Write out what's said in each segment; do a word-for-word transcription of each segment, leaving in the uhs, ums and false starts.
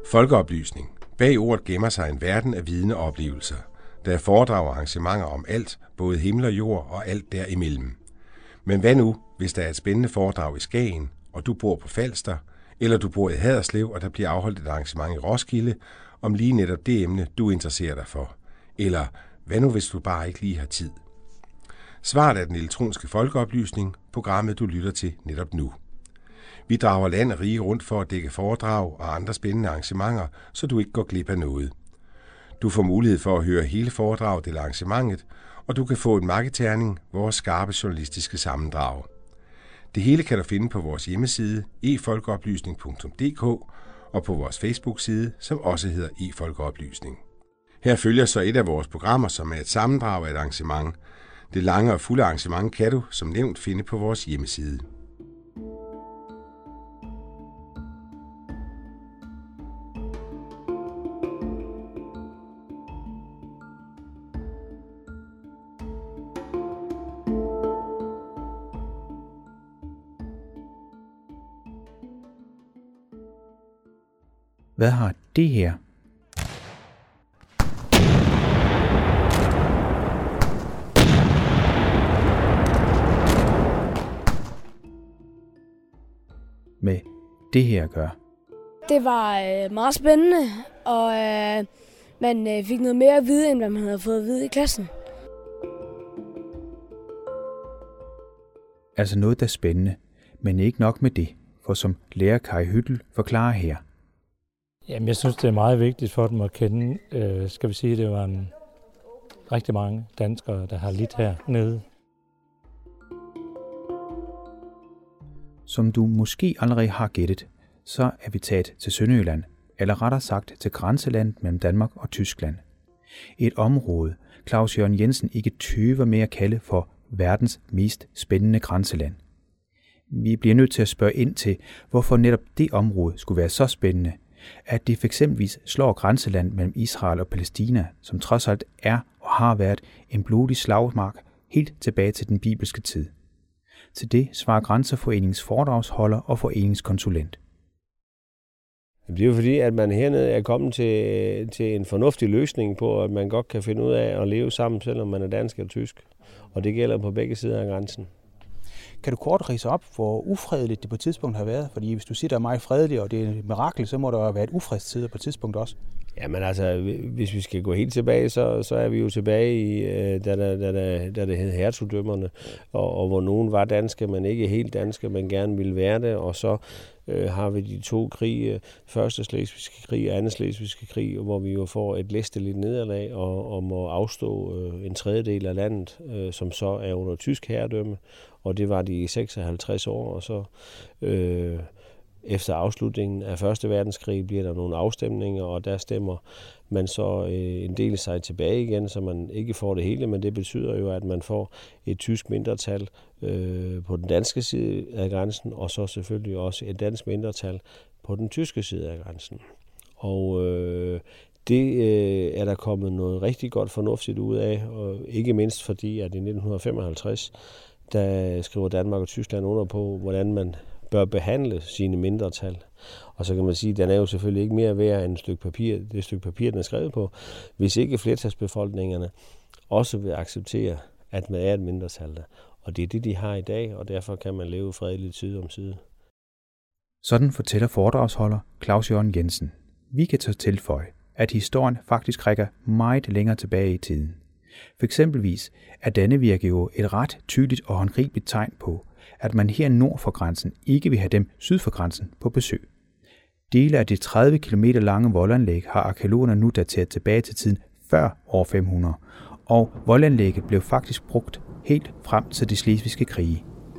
Folkeoplysning. Bag ordet gemmer sig en verden af viden og oplevelser. Der er foredrag og arrangementer om alt, både himmel og jord og alt derimellem. Men hvad nu, hvis der er et spændende foredrag i Skagen, og du bor på Falster, eller du bor i Haderslev, og der bliver afholdt et arrangement i Roskilde, om lige netop det emne, du interesserer dig for? Eller hvad nu, hvis du bare ikke lige har tid? Svaret er den elektroniske folkeoplysning, programmet du lytter til netop nu. Vi drager land og rige rundt for at dække foredrag og andre spændende arrangementer, så du ikke går glip af noget. Du får mulighed for at høre hele foredraget eller arrangementet, og du kan få en marketerning, vores skarpe journalistiske sammendrag. Det hele kan du finde på vores hjemmeside e folkeoplysning punktum d k og på vores Facebook-side, som også hedder e-folkeoplysning. Her følger så et af vores programmer, som er et sammendrag af et arrangement. Det lange og fulde arrangement kan du, som nævnt, finde på vores hjemmeside. Hvad har det her? Med det her at gøre? Det var øh, meget spændende, og øh, man øh, fik noget mere at vide, end hvad man havde fået at vide i klassen. Altså noget, der er spændende, men ikke nok med det, for som lærer Kai Hyttel forklarer her. Jamen, jeg synes, det er meget vigtigt for dem at kende. Øh, skal vi sige, at det var en, rigtig mange danskere, der har lidt hernede. Som du måske allerede har gættet, så er vi taget til Sønderjylland, eller rettere sagt til grænselandet mellem Danmark og Tyskland. Et område, Claus Jørgen Jensen ikke tøver med at kalde for verdens mest spændende grænseland. Vi bliver nødt til at spørge ind til, hvorfor netop det område skulle være så spændende, at det fx slår grænseland mellem Israel og Palæstina, som trods alt er og har været en blodig slagmark helt tilbage til den bibelske tid. Til det svarer Grænseforeningens foredragsholder og foreningskonsulent. Det er jo fordi, at man hernede er kommet til, til en fornuftig løsning på, at man godt kan finde ud af at leve sammen, selvom man er dansk eller tysk. Og det gælder på begge sider af grænsen. Kan du kort ridse op, hvor ufredeligt det på et tidspunkt har været? Fordi hvis du siger, der er meget fredeligt, og det er et mirakel, så må der være et ufredstider på et tidspunkt også. Jamen altså, hvis vi skal gå helt tilbage, så, så er vi jo tilbage i, da, da, da, da det hed hertugdømmerne, og, og hvor nogen var danske, men ikke helt danske, men gerne ville være det. Og så øh, har vi de to krige, første slesvigske krig og anden slesvigske krig, hvor vi jo får et læsteligt nederlag og, og må afstå øh, en tredjedel af landet, øh, som så er under tysk herredømme. Og det var de i seksoghalvtreds år, og så øh, efter afslutningen af første verdenskrig bliver der nogle afstemninger, og der stemmer man så øh, en del sig tilbage igen, så man ikke får det hele, men det betyder jo, at man får et tysk mindretal øh, på den danske side af grænsen, og så selvfølgelig også et dansk mindretal på den tyske side af grænsen. Og øh, det øh, er der kommet noget rigtig godt fornuftigt ud af, og ikke mindst fordi, at i nitten femoghalvtreds, der skriver Danmark og Tyskland under på, hvordan man bør behandle sine mindretal. Og så kan man sige, at den er jo selvfølgelig ikke mere værd end et stykke papir, det stykke papir, den er skrevet på, hvis ikke flertalsbefolkningerne også vil acceptere, at man er et mindretal. Og det er det, de har i dag, og derfor kan man leve fredeligt side om side. Sådan fortæller foredragsholder Claus Jørgen Jensen. Vi kan så tilføje, at historien faktisk rækker meget længere tilbage i tiden. For eksempelvis er Dannevirke jo et ret tydeligt og håndgribeligt tegn på, at man her nord for grænsen ikke vil have dem syd for grænsen på besøg. Dele af det tredive kilometer lange voldanlæg har arkæologerne nu dateret tilbage til tiden før år fem hundrede, og voldanlægget blev faktisk brugt helt frem til de slesvigske krige.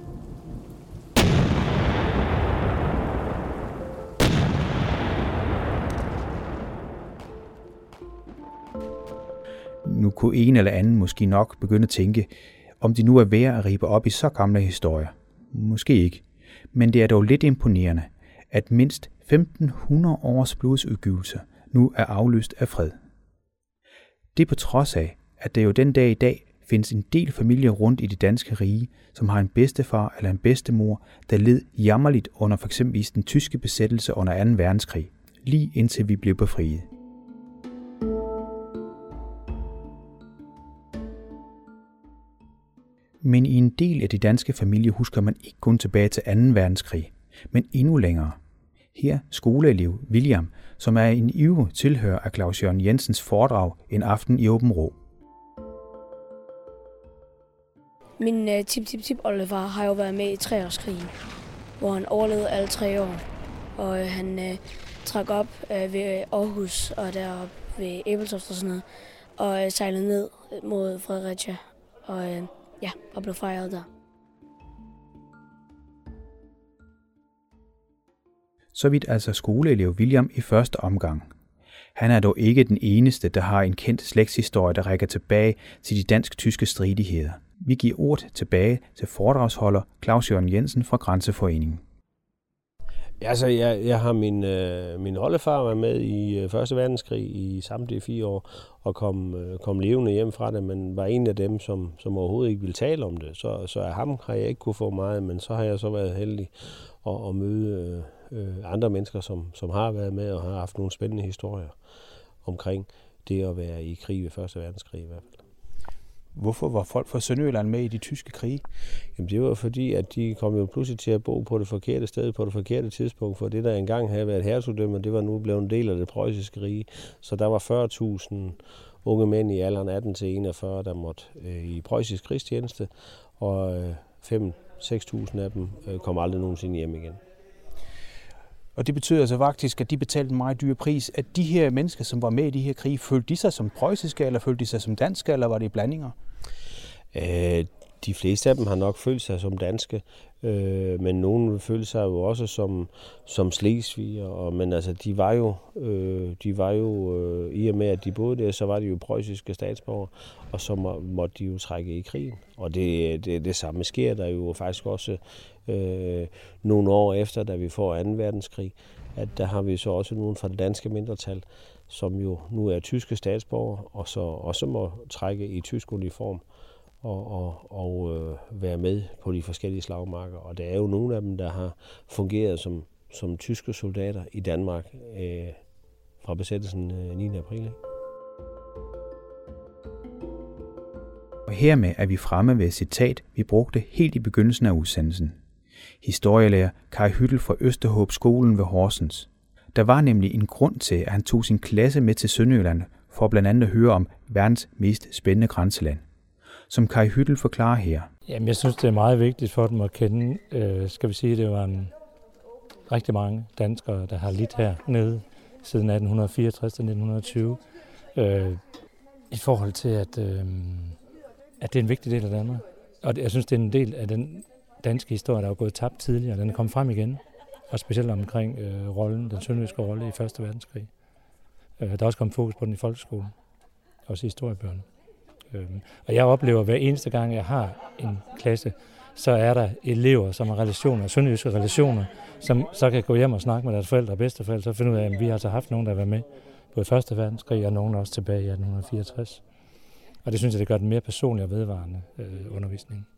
Nu kunne en eller anden måske nok begynde at tænke, om de nu er værd at ribe op i så gamle historier. Måske ikke, men det er dog lidt imponerende, at mindst femten hundrede års blodsudgyvelser nu er afløst af fred. Det er på trods af, at der jo den dag i dag findes en del familier rundt i det danske rige, som har en bedstefar eller en bedstemor, der led jammerligt under f.eks. den tyske besættelse under anden verdenskrig, lige indtil vi blev befriet. Men i en del af de danske familier husker man ikke kun tilbage til anden verdenskrig, men endnu længere. Her skoleelev William, som er en ivrig tilhører af Claus Jørgen Jensens foredrag En aften i Åben Rå. Min uh, tip-tip-tip-oldefar har jo været med i treårskrigen, hvor han overlevede alle tre år. Og uh, han uh, trak op uh, ved Aarhus og deroppe ved Ebeltoft og sådan noget, og uh, sejlede ned mod Fredericia og, uh, ja, og blev fejret der. Så vidt altså skoleelev William i første omgang. Han er dog ikke den eneste, der har en kendt slægtshistorie, der rækker tilbage til de dansk-tyske stridigheder. Vi giver ordet tilbage til foredragsholder Claus Jørgen Jensen fra Grænseforeningen. Altså, jeg, jeg har min, øh, min oldefar var med i øh, første verdenskrig i samtlige fire år, og kom, øh, kom levende hjem fra det, men var en af dem, som, som overhovedet ikke ville tale om det. Så, så af ham har jeg ikke kunne få meget, men så har jeg så været heldig at, at møde øh, andre mennesker, som, som har været med og har haft nogle spændende historier omkring det at være i krig ved første verdenskrig i hvert fald. Hvorfor var folk fra Sønderjylland med i de tyske krige? Jamen det var fordi, at de kom jo pludselig til at bo på det forkerte sted, på det forkerte tidspunkt, for det der engang havde været hertugdømme, det var nu blevet en del af det preussiske rige. Så der var fyrre tusind unge mænd i alderen atten til enogfyrre, der måtte øh, i preussisk krigstjeneste, og øh, fem til seks tusind af dem øh, kom aldrig nogensinde hjem igen. Og det betyder altså faktisk, at de betalte en meget dyr pris. At de her mennesker, som var med i de her krige, følte de sig som preussiske, eller følte de sig som danske, eller var det blandinger? Øh, de fleste af dem har nok følt sig som danske, øh, men nogle følte sig jo også som, som slesviger. Og, men altså, de var jo, øh, de var jo øh, i og med, at de boede der, så var de jo preussiske statsborgere, og så må, måtte de jo trække i krigen. Og det, det, det samme sker der jo faktisk også øh, nogle år efter, da vi får anden verdenskrig, at der har vi så også nogen fra det danske mindretal, som jo nu er tyske statsborgere, og så også må trække i tysk uniform og, og, og øh, være med på de forskellige slagmarker. Og der er jo nogle af dem, der har fungeret som, som tyske soldater i Danmark øh, fra besættelsen øh, niende april. Ikke? Og hermed er vi fremme ved et citat, vi brugte helt i begyndelsen af udsendelsen. Historielærer Kai Hyttel fra Østerhåb skolen ved Horsens. Der var nemlig en grund til, at han tog sin klasse med til Sønderjylland for blandt andet at høre om verdens mest spændende grænseland. Som Kai Hyttel forklarer her. Jamen, jeg synes, det er meget vigtigt for dem at kende. Øh, skal vi sige, det var en rigtig mange danskere, der har lidt hernede siden atten fireogtres til nitten tyve. Øh, I forhold til, at, øh, at det er en vigtig del af Danmark. Og jeg synes, det er en del af den danske historie, der er gået tabt tidligere. Den er kommet frem igen. Og specielt omkring øh, rollen, den sønderjyske rolle i første verdenskrig. Øh, der er også kommet fokus på den i folkeskolen. Også i historiebøgerne. Og jeg oplever, at hver eneste gang, jeg har en klasse, så er der elever, som har relationer, sønderjyske relationer, som så kan gå hjem og snakke med deres forældre og bedsteforældre, så finder ud af, at vi har altså haft nogen, der har været med både i første verdenskrig, og nogen også tilbage i atten fireogtres. Og det synes jeg, det gør den mere personlig og vedvarende øh, undervisning.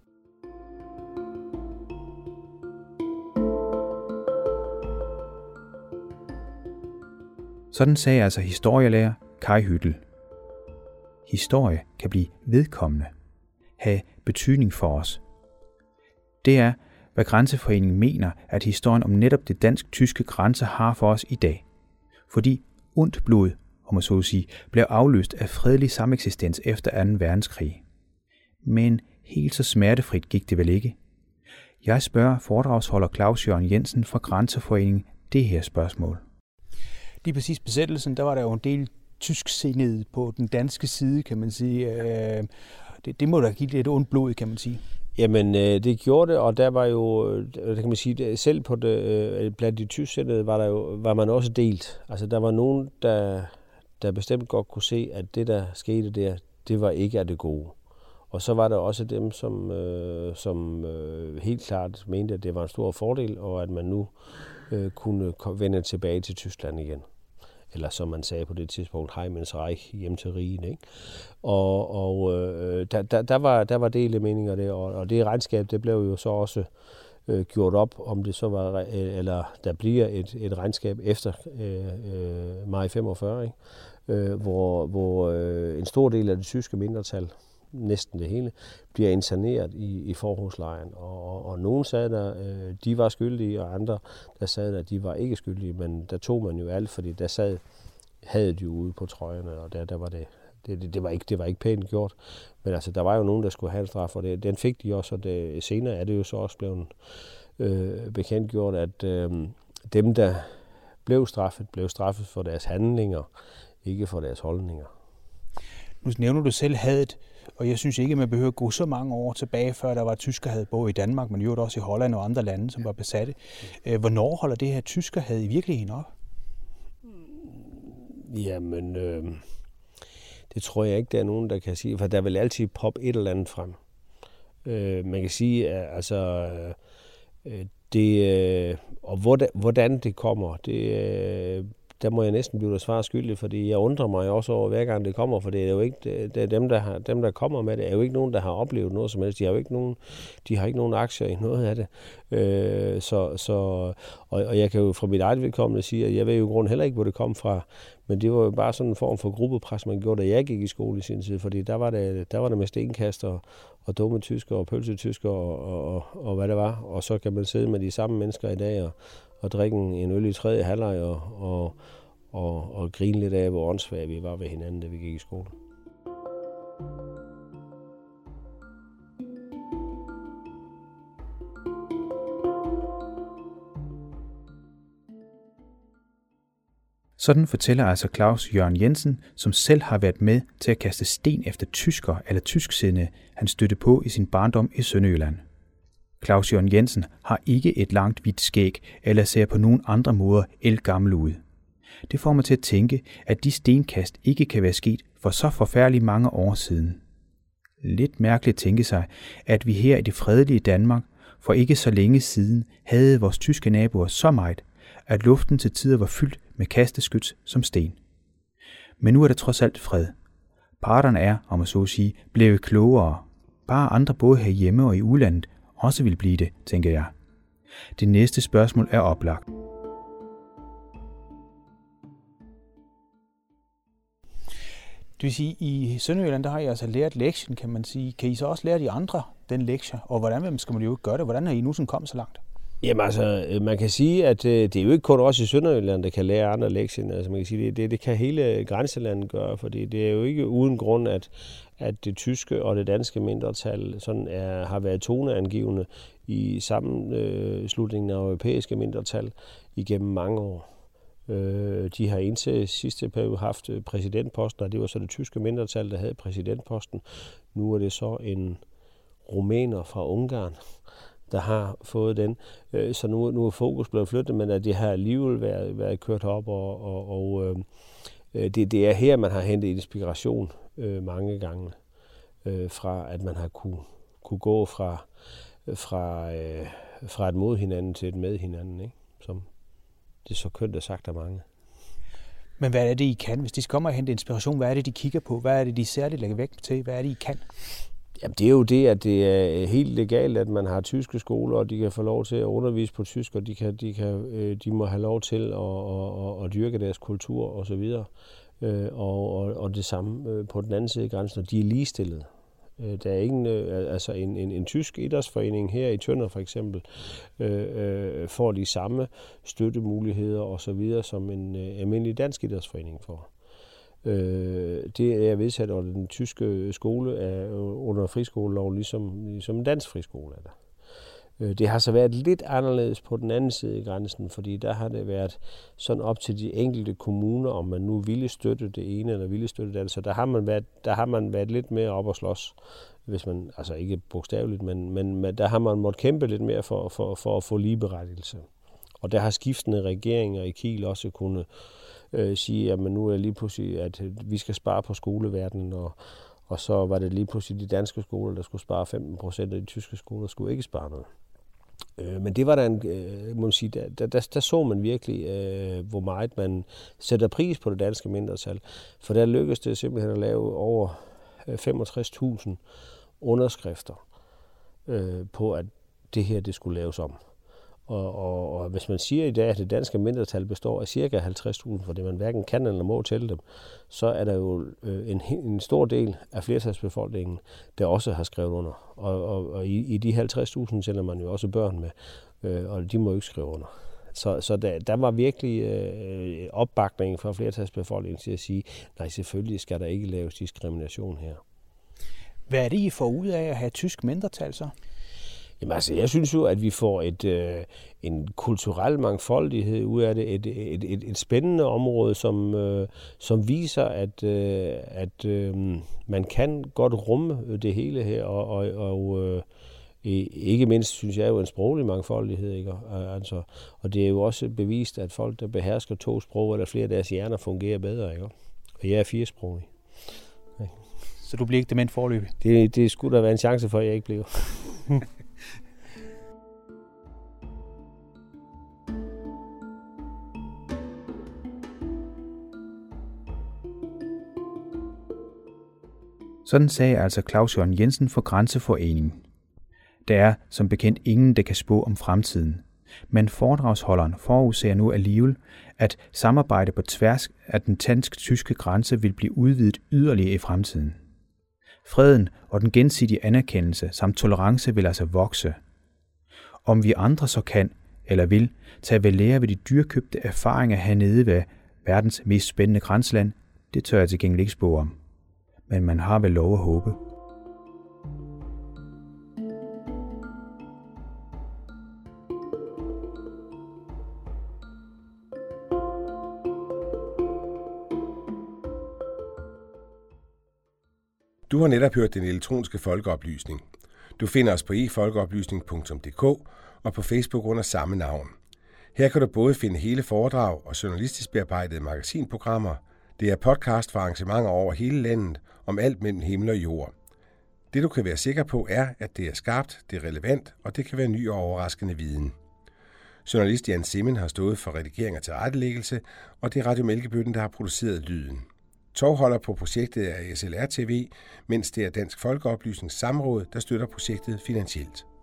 Sådan sagde altså historielærer Kai Hyttel. Historie kan blive vedkommende, have betydning for os. Det er, hvad Grænseforeningen mener, at historien om netop det dansk-tyske grænse har for os i dag. Fordi ondt blod, om man så at sige, blev afløst af fredelig sameksistens efter anden verdenskrig. Men helt så smertefrit gik det vel ikke. Jeg spørger foredragsholder Claus Jørgen Jensen fra Grænseforeningen det her spørgsmål. Lige præcis besættelsen, der var der jo en del tysksindede på den danske side, kan man sige. Det, det må da give lidt ondt blod, kan man sige. Jamen, det gjorde det, og der var jo, der kan man sige, selv på det, blandt de tysksindede var der jo, var man også delt. Altså, der var nogen, der, der bestemt godt kunne se, at det, der skete der, det var ikke af det gode. Og så var der også dem, som, øh, som øh, helt klart mente, at det var en stor fordel, og at man nu øh, kunne vende tilbage til Tyskland igen. Eller som man sagde på det tidspunkt, Heimens Reich, hjem til rigen. Ikke? Og, og øh, der, der, der, var, der var delte meninger der, og, og det regnskab, det blev jo så også øh, gjort op, om det så var, eller der bliver et, et regnskab efter øh, øh, maj femogfyrre, ikke? Øh, hvor, hvor øh, en stor del af det tyske mindretal, næsten det hele, bliver interneret i, i forhåndslejren. Og, og, og nogen sagde der, øh, de var skyldige, og andre der sagde der, de var ikke skyldige, men der tog man jo alt, fordi der sad, havde de ude på trøjerne, og der, der var det, det, det, det, var ikke, det var ikke pænt gjort. Men altså, der var jo nogen, der skulle have en straf, og det, den fik de også, og det, senere er det jo så også blevet øh, bekendtgjort, at øh, dem, der blev straffet, blev straffet for deres handlinger, ikke for deres holdninger. Nu nævner du selv hadet, og jeg synes ikke, man behøver at gå så mange år tilbage, før der var tyskerhad både i Danmark, men jo også i Holland og andre lande, som var besatte. Hvornår holder det her tyskerhad i virkeligheden op? Jamen, øh, det tror jeg ikke, der er nogen, der kan sige, for der vil altid poppe et eller andet frem. Øh, man kan sige, at altså, øh, det, øh, og hvordan, hvordan det kommer, det øh, der må jeg næsten blive der svar skyldig, fordi jeg undrer mig også over, hver gang det kommer, for det er jo ikke, det er dem, der har, dem, der kommer med det, er jo ikke nogen, der har oplevet noget som helst. De har jo ikke nogen, de har ikke nogen aktier i noget af det. Øh, så, så, og, og jeg kan jo fra mit eget vedkommende sige, at jeg ved jo i grunden heller ikke, hvor det kom fra, men det var jo bare sådan en form for gruppepres, man gjorde, da jeg gik i skole i sin tid, fordi der var det, der var det med stenkast og, og dumme tysker og pølsetysker og, og, og, og hvad det var, og så kan man sidde med de samme mennesker i dag og og drikke en øl i tredje halvleg og, og, og, og grine lidt af, hvor åndssvage vi var ved hinanden, da vi gik i skole. Sådan fortæller altså Claus Jørgen Jensen, som selv har været med til at kaste sten efter tysker eller tysksindede, han stødte på i sin barndom i Sønderjylland. Claus Jørgen Jensen har ikke et langt hvidt skæg eller ser på nogen andre måder ældgammel ud. Det får mig til at tænke, at de stenkast ikke kan være sket for så forfærdeligt mange år siden. Lidt mærkeligt at tænke sig, at vi her i det fredelige Danmark for ikke så længe siden havde vores tyske naboer så meget, at luften til tider var fyldt med kasteskyts som sten. Men nu er der trods alt fred. Parterne er, om man så at sige, blevet klogere. Bare andre både herhjemme og i udlandet også vil blive det, tænker jeg. Det næste spørgsmål er oplagt. Det vil sige, i Sønderjylland, der har I altså lært lektien, kan man sige. Kan I så også lære de andre den lektie? Og hvordan skal man jo gøre det? Hvordan er I nu sådan kommet så langt? Jamen altså, man kan sige, at det er jo ikke kun os i Sønderjylland, der kan lære andre lektien. Altså man kan sige, det, det, det kan hele grænselandet gøre, fordi det er jo ikke uden grund, at, at det tyske og det danske mindretal sådan er, har været toneangivende i sammenslutningen af europæiske mindretal igennem mange år. De har indtil sidste periode haft præsidentposten, og det var så det tyske mindretal, der havde præsidentposten. Nu er det så en rumæner fra Ungarn, der har fået den. Så nu, nu er fokus blevet flyttet, men at det har alligevel været, været kørt op, og, og, og øh, det, det er her, man har hentet inspiration øh, mange gange, øh, fra at man har kunne, kunne gå fra, fra, øh, fra et mod hinanden til et med hinanden, ikke? Som det er så kønt er sagt af mange. Men hvad er det, I kan? Hvis de skal komme og hente inspiration, hvad er det, de kigger på? Hvad er det, de særligt lægger vægt til? Hvad er det, I kan? Jamen, det er jo det, at det er helt legalt, at man har tyske skoler, og de kan få lov til at undervise på tysk, og de, kan, de, kan, de må have lov til at, at, at dyrke deres kultur og så videre. Og, og, og det samme på den anden side af grænsen, og de er ligestillede. Der er ingen, altså en, en, en tysk idrætsforening her i Tønder for eksempel, øh, får de samme støttemuligheder og så videre, som en øh, almindelig dansk idrætsforening får. Øh, det er vedsat under den tyske skole er under friskoleloven, ligesom, ligesom en dansk friskole er der. Øh, det har så været lidt anderledes på den anden side af grænsen, fordi der har det været sådan op til de enkelte kommuner, om man nu ville støtte det ene eller ville støtte det andet. Så der har man været, der har man været lidt mere op at slås, hvis man, altså ikke bogstaveligt, men, men der har man måttet kæmpe lidt mere for, for, for at få ligeberettigelse. Og der har skiftende regeringer i Kiel også kunne øh, sige, at nu er lige pludselig, at vi skal spare på skoleverdenen, og, og så var det lige pludselig de danske skoler, der skulle spare femten procent, og de tyske skoler skulle ikke spare noget. Øh, men det var der en, øh, må man sige, der, der, der, der så man virkelig, øh, hvor meget man sætter pris på det danske mindretal. For der lykkedes det simpelthen at lave over femogtres tusind underskrifter øh, på, at det her det skulle laves om. Og, og, og hvis man siger i dag, at det danske mindretal består af cirka halvtreds tusind, fordi man hverken kan eller må tælle dem, så er der jo øh, en, en stor del af flertalsbefolkningen, der også har skrevet under. Og, og, og i, i de halvtreds tusind sender man jo også børn med, øh, og de må jo ikke skrive under. Så, så der, der var virkelig øh, opbakning fra flertalsbefolkningen til at sige, nej, selvfølgelig skal der ikke laves diskrimination her. Hvad er det, I får ud af at have tysk mindretal så? Jamen altså, jeg synes jo, at vi får et, øh, en kulturel mangfoldighed ud af det. Et, et, et, et spændende område, som, øh, som viser, at, øh, at øh, man kan godt rumme det hele her. Og, og, og øh, ikke mindst, synes jeg, jo en sproglig mangfoldighed. Ikke? Altså, og det er jo også bevist, at folk, der behersker to sprog eller flere af deres hjerner, fungerer bedre. Ikke? Og jeg er firesprogig. Så du bliver ikke dement foreløbig? Det, det skulle der være en chance for, at jeg ikke bliver. Sådan sagde altså Claus Jørgen Jensen for Grænseforeningen. Der er som bekendt ingen, der kan spå om fremtiden. Men foredragsholderen forudser nu alligevel, at samarbejde på tværs af den dansk-tyske grænse vil blive udvidet yderligere i fremtiden. Freden og den gensidige anerkendelse samt tolerance vil altså vokse. Om vi andre så kan, eller vil, tage ved lære ved de dyrkøbte erfaringer hernede ved verdens mest spændende grænseland, det tør jeg til gengæld ikke spå om. Men man har vel lov at håbe. Du har netop hørt den elektroniske folkeoplysning. Du finder os på e folkeoplysning punktum d k og på Facebook under samme navn. Her kan du både finde hele foredrag og journalistisk bearbejdede magasinprogrammer. Det er podcast for arrangementer over hele landet om alt mellem himmel og jord. Det du kan være sikker på er, at det er skarpt, det er relevant, og det kan være ny og overraskende viden. Journalist Jan Simmen har stået for redigering og tilrettelæggelse, og det er Radio Mælkebøtten, der har produceret lyden. Tovholder på projektet er S L R T V, mens det er Dansk Folkeoplysnings Samråd, der støtter projektet finansielt.